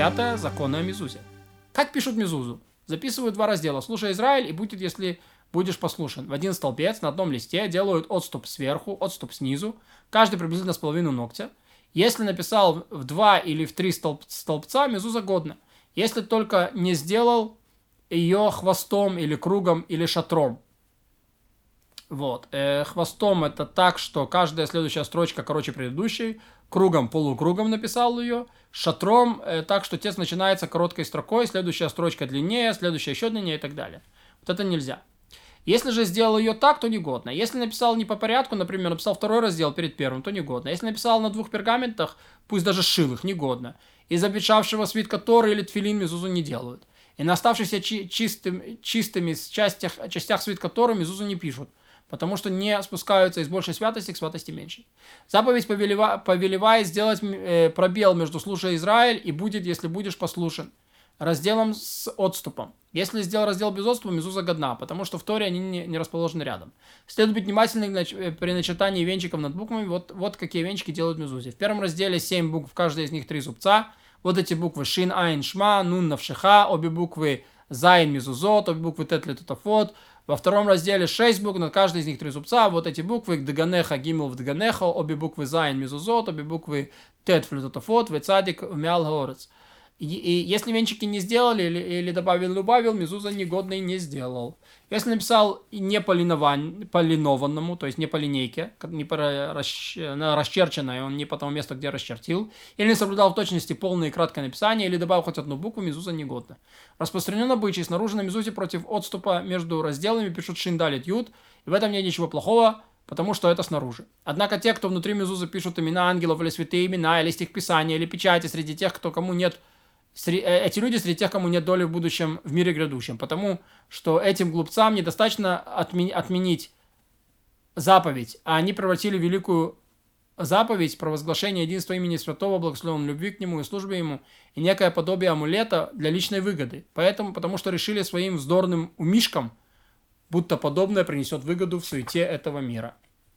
9. Законы о мезузе. Как пишут мезузу? Записывают 2 раздела. Слушай, Израиль, и будет, если будешь послушен. В 1 столбец на одном листе делают отступ сверху, отступ снизу, каждый приблизительно с половину ногтя. Если написал в 2 или в 3 столбца, мезуза годна. Если только не сделал ее хвостом или кругом или шатром. Вот. Хвостом это так, что каждая следующая строчка короче предыдущей. Кругом, полукругом написал ее. Шатром так, что текст начинается короткой строкой, следующая строчка длиннее, следующая еще длиннее и так далее. Вот это нельзя. Если же сделал ее так, то негодно. Если написал не по порядку, например, написал 2 раздел перед 1, то негодно. Если написал на 2 пергаментах, пусть даже сшил их, негодно. Из обветшавшего свитка Торы или тфилин мезузу не делают. И на оставшихся чистыми частях свитка Торы мезузу не пишут, потому что не спускаются из большей святости к святости меньшей. Заповедь повелевает сделать пробел между «слушай, Израиль» и «будет, если будешь послушен» разделом с отступом. Если сделал раздел без отступа, мезуза годна, потому что в Торе они не расположены рядом. Следует быть внимательным при начертании венчиков над буквами. Вот какие венчики делают в мезузе. В 1 разделе 7 букв, каждая из них 3 зубца. Вот эти буквы Шин, Айн, Шма, Нун, Навшиха, обе буквы Зайн, Мезузот, обе буквы Тет, Летутафот. Во 2 разделе 6 букв, на каждой из них 3 зубца. Вот эти буквы Дганеха, Гимел, Дганеха, обе буквы Зайн, Мезузот, обе буквы Тет, Летутафот, Вецадик, Мял, Горец. И если венчики не сделали или добавил, мезуза негодный не сделал. Если написал не по линованному, то есть не по линейке, не по расчерченной, он не по тому месту, где расчертил, или не соблюдал в точности полное и краткое написание, или добавил хоть одну букву, мезуза негодна. Распространен обычай, снаружи на мезузе против отступа между разделами пишут шин, далит, ют, и в этом нет ничего плохого, потому что это снаружи. Однако те, кто внутри мезузы пишут имена ангелов, или святые имена, или стих писания, или печати, среди тех, кому нет... Эти люди среди тех, кому нет доли в будущем, в мире грядущем. Потому что этим глупцам недостаточно отменить заповедь, а они превратили великую заповедь провозглашение единства имени Святого, благословенной любви к Нему и службе Ему, и некое подобие амулета для личной выгоды. Потому что решили своим вздорным умишкам, будто подобное принесет выгоду в суете этого мира.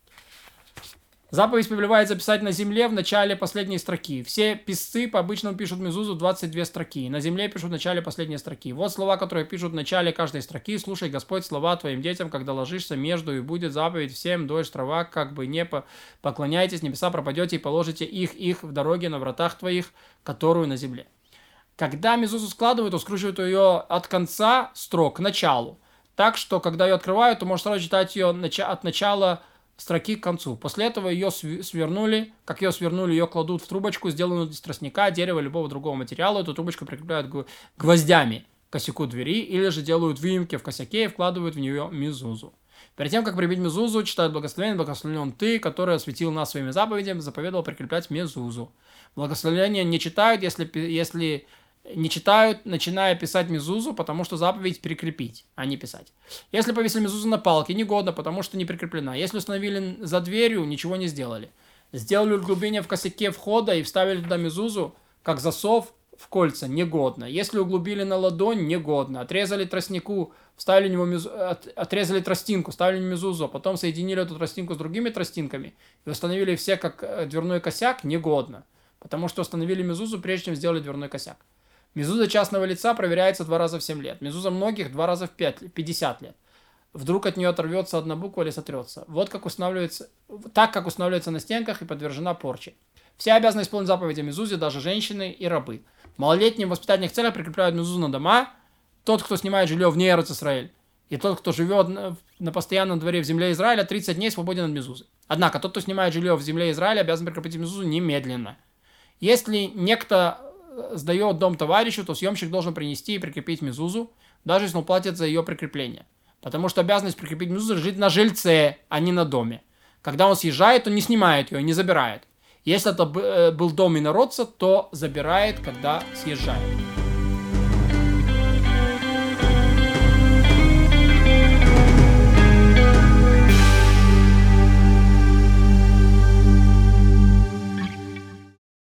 Заповедь повелевает записать на земле в начале последней строки. Все писцы по обычному пишут мезузу 22 строки. На земле пишут в начале последней строки. Вот слова, которые пишут в начале каждой строки. «Слушай, Господь, слова твоим детям, когда ложишься между, и будет заповедь всем, дождь, трава, как бы не поклоняйтесь, небеса пропадете, и положите их в дороге на вратах твоих, которую на земле». Когда мезузу складывают, то скручивают ее от конца строк к началу. Так что, когда ее открывают, то можно сразу читать ее от начала строки к концу. После этого ее свернули, ее кладут в трубочку, сделанную из тростника, дерева, любого другого материала. Эту трубочку прикрепляют гвоздями к косяку двери, или же делают выемки в косяке и вкладывают в нее мезузу. Перед тем, как прибить мезузу, читают благословен ты, который осветил нас своими заповедями, заповедовал прикреплять мезузу. Благословения не читают, если не читают, начиная писать мезузу, потому что заповедь прикрепить, а не писать. Если повесили мезузу на палке, негодно, потому что не прикреплена. Если установили за дверью, ничего не сделали. Сделали углубление в косяке входа и вставили туда мезузу, как засов в кольца, негодно. Если углубили на ладонь, негодно. Отрезали тростнику, вставили в него отрезали тростинку, вставили в мезузу, потом соединили эту тростинку с другими тростинками и установили все как дверной косяк, негодно. Потому что установили мезузу, прежде чем сделали дверной косяк. Мезуза частного лица проверяется 2 раза в 7 лет. Мезуза многих 2 раза в 50 лет. Вдруг от нее оторвется одна буква или сотрется. Так как устанавливается на стенках и подвержена порче. Все обязаны исполнить заповеди о мезузе, даже женщины и рабы. Малолетним в воспитательных целях прикрепляют мезузу на дома. Тот, кто снимает жилье вне Эрец-Исраэль, и тот, кто живет на постоянном дворе в земле Израиля, 30 дней свободен от мезузы. Однако, тот, кто снимает жилье в земле Израиля, обязан прикрепить мезузу немедленно. Если некто сдает дом товарищу, то съемщик должен принести и прикрепить мезузу, даже если он платит за ее прикрепление. Потому что обязанность прикрепить мезузу лежит на жильце, а не на доме. Когда он съезжает, он не снимает ее, не забирает. Если это был дом инородца, то забирает, когда съезжает.